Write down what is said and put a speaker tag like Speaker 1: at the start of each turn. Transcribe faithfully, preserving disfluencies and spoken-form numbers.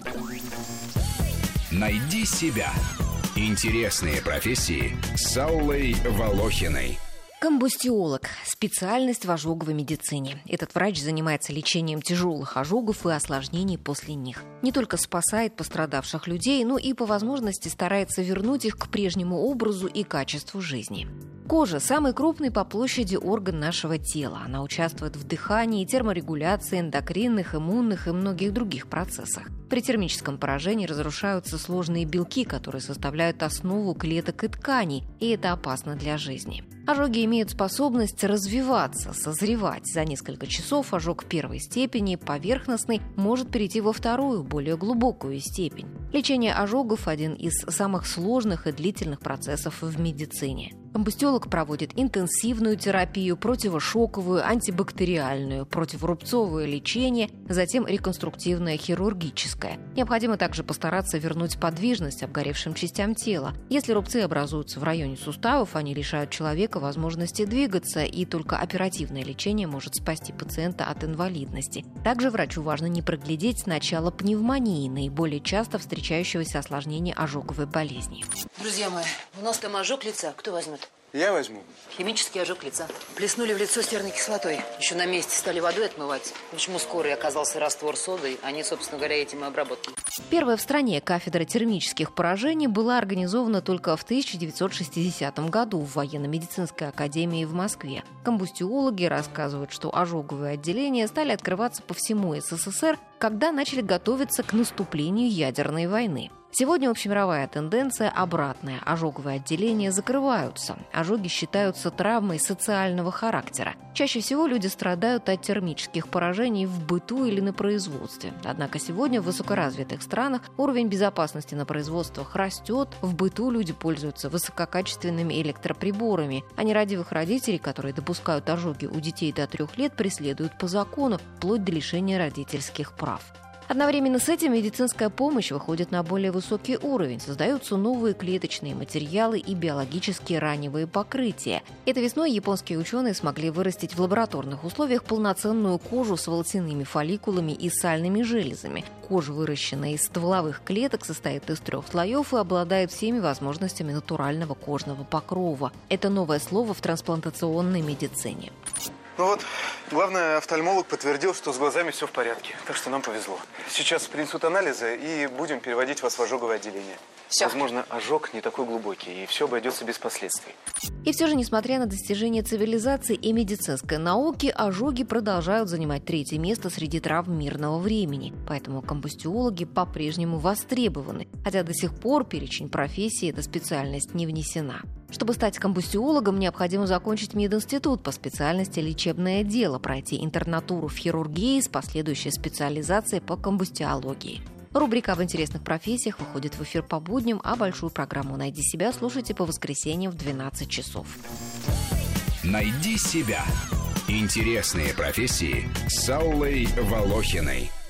Speaker 1: Найди себя. Интересные профессии с Аллой Волохиной.
Speaker 2: Комбустиолог – специальность в ожоговой медицине. Этот врач занимается лечением тяжелых ожогов и осложнений после них. Не только спасает пострадавших людей, но и по возможности старается вернуть их к прежнему образу и качеству жизни. Кожа – самый крупный по площади орган нашего тела. Она участвует в дыхании, терморегуляции, эндокринных, иммунных и многих других процессах. При термическом поражении разрушаются сложные белки, которые составляют основу клеток и тканей, и это опасно для жизни. Ожоги имеют способность развиваться, созревать. За несколько часов ожог первой степени, поверхностный, может перейти во вторую, более глубокую степень. Лечение ожогов – один из самых сложных и длительных процессов в медицине. Комбустиолог проводит интенсивную терапию, противошоковую, антибактериальную, противорубцовое лечение, затем реконструктивное хирургическое. Необходимо также постараться вернуть подвижность обгоревшим частям тела. Если рубцы образуются в районе суставов, они лишают человека возможности двигаться, и только оперативное лечение может спасти пациента от инвалидности. Также врачу важно не проглядеть начало пневмонии, наиболее часто встречающегося осложнения ожоговой болезни.
Speaker 3: Друзья мои, у нас там ожог лица. Кто возьмет?
Speaker 4: Я возьму.
Speaker 3: Химический ожог лица. Плеснули в лицо серной кислотой. Еще на месте стали водой отмывать. Почему скорый оказался раствор соды? Они, собственно говоря, этим и обработали.
Speaker 2: Первая в стране кафедра термических поражений была организована только в тысяча девятьсот шестидесятом году в военно-медицинской академии в Москве. Комбустиологи рассказывают, что ожоговые отделения стали открываться по всему СССР, когда начали готовиться к наступлению ядерной войны. Сегодня общемировая тенденция обратная. Ожоговые отделения закрываются. Ожоги считаются травмой социального характера. Чаще всего люди страдают от термических поражений в быту или на производстве. Однако сегодня в высокоразвитых странах уровень безопасности на производствах растет. В быту люди пользуются высококачественными электроприборами. А нерадивых родителей, которые допускают ожоги у детей до трех лет, преследуют по закону, вплоть до лишения родительских прав. Одновременно с этим медицинская помощь выходит на более высокий уровень. Создаются новые клеточные материалы и биологические раневые покрытия. Этой весной японские ученые смогли вырастить в лабораторных условиях полноценную кожу с волосяными фолликулами и сальными железами. Кожа, выращенная из стволовых клеток, состоит из трех слоев и обладает всеми возможностями натурального кожного покрова. Это новое слово в трансплантационной медицине.
Speaker 4: Ну вот, главный офтальмолог подтвердил, что с глазами все в порядке. Так что нам повезло. Сейчас принесут анализы и будем переводить вас в ожоговое отделение.
Speaker 3: Все.
Speaker 4: Возможно, ожог не такой глубокий, и все обойдется без последствий.
Speaker 2: И все же, несмотря на достижения цивилизации и медицинской науки, ожоги продолжают занимать третье место среди травм мирного времени. Поэтому комбустиологи по-прежнему востребованы, хотя до сих пор в перечень профессий эта специальность не внесена. Чтобы стать комбустиологом, необходимо закончить мединститут по специальности лечебное дело, пройти интернатуру в хирургии с последующей специализацией по комбустиологии. Рубрика «В интересных профессиях» выходит в эфир по будням, а большую программу «Найди себя» слушайте по воскресеньям в двенадцать часов.
Speaker 1: Найди себя. Интересные профессии с Аллой Волохиной.